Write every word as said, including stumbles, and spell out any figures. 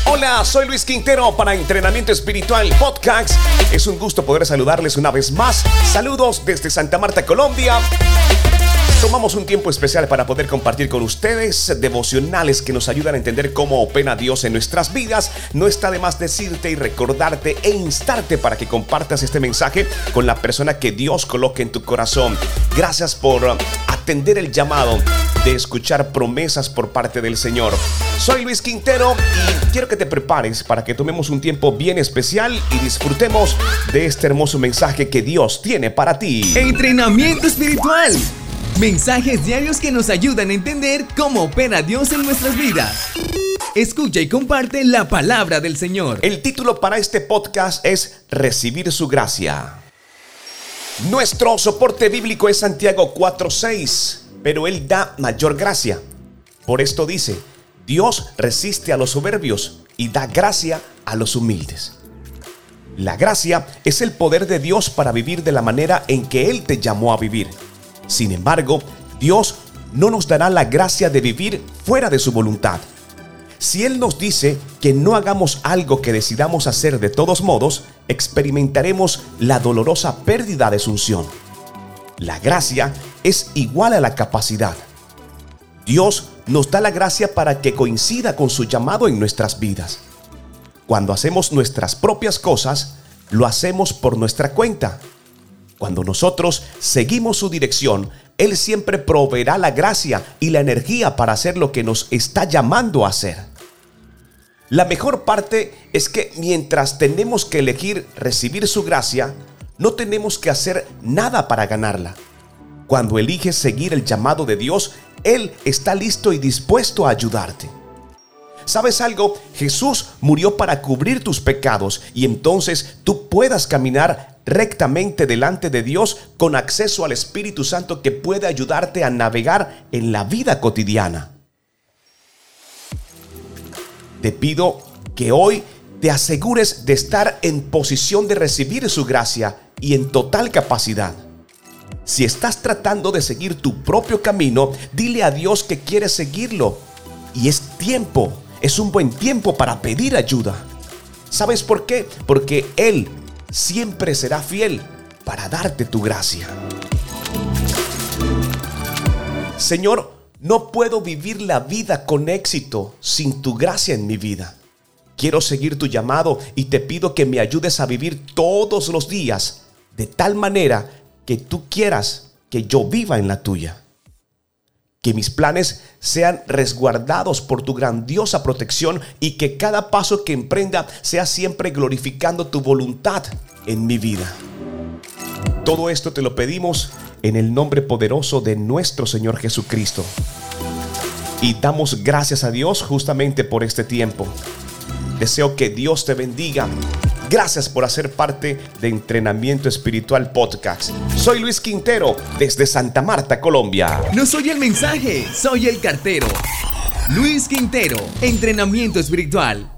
Hola, soy Luis Quintero para Entrenamiento Espiritual Podcast. Es un gusto poder saludarles una vez más. Saludos desde Santa Marta, Colombia. Tomamos un tiempo especial para poder compartir con ustedes devocionales que nos ayudan a entender cómo opera Dios en nuestras vidas. No está de más decirte y recordarte e instarte para que compartas este mensaje con la persona que Dios coloque en tu corazón. Gracias por atender el llamado de escuchar promesas por parte del Señor. Soy Luis Quintero y quiero que te prepares para que tomemos un tiempo bien especial y disfrutemos de este hermoso mensaje que Dios tiene para ti. Entrenamiento espiritual. Mensajes diarios que nos ayudan a entender cómo opera Dios en nuestras vidas. Escucha y comparte la palabra del Señor. El título para este podcast es Recibir su gracia. Nuestro soporte bíblico es Santiago cuatro seis, pero Él da mayor gracia. Por esto dice, Dios resiste a los soberbios y da gracia a los humildes. La gracia es el poder de Dios para vivir de la manera en que Él te llamó a vivir. Sin embargo, Dios no nos dará la gracia de vivir fuera de su voluntad. Si Él nos dice que no hagamos algo que decidamos hacer de todos modos, experimentaremos la dolorosa pérdida de su unción. La gracia es igual a la capacidad. Dios nos da la gracia para que coincida con su llamado en nuestras vidas. Cuando hacemos nuestras propias cosas, lo hacemos por nuestra cuenta. Cuando nosotros seguimos su dirección, Él siempre proveerá la gracia y la energía para hacer lo que nos está llamando a hacer. La mejor parte es que mientras tenemos que elegir recibir su gracia, no tenemos que hacer nada para ganarla. Cuando eliges seguir el llamado de Dios, Él está listo y dispuesto a ayudarte. ¿Sabes algo? Jesús murió para cubrir tus pecados y entonces tú puedas caminar rectamente delante de Dios con acceso al Espíritu Santo que puede ayudarte a navegar en la vida cotidiana. Te pido que hoy te asegures de estar en posición de recibir su gracia y en total capacidad. Si estás tratando de seguir tu propio camino, dile a Dios que quieres seguirlo. Y es tiempo, es un buen tiempo para pedir ayuda. ¿Sabes por qué? Porque Él siempre será fiel para darte tu gracia. Señor, no puedo vivir la vida con éxito sin tu gracia en mi vida. Quiero seguir tu llamado y te pido que me ayudes a vivir todos los días de tal manera que tú quieras que yo viva en la tuya. Que mis planes sean resguardados por tu grandiosa protección y que cada paso que emprenda sea siempre glorificando tu voluntad en mi vida. Todo esto te lo pedimos en el nombre poderoso de nuestro Señor Jesucristo. Y damos gracias a Dios justamente por este tiempo. Deseo que Dios te bendiga. Gracias por hacer parte de Entrenamiento Espiritual Podcast. Soy Luis Quintero desde Santa Marta, Colombia. No soy el mensaje, soy el cartero. Luis Quintero, Entrenamiento Espiritual.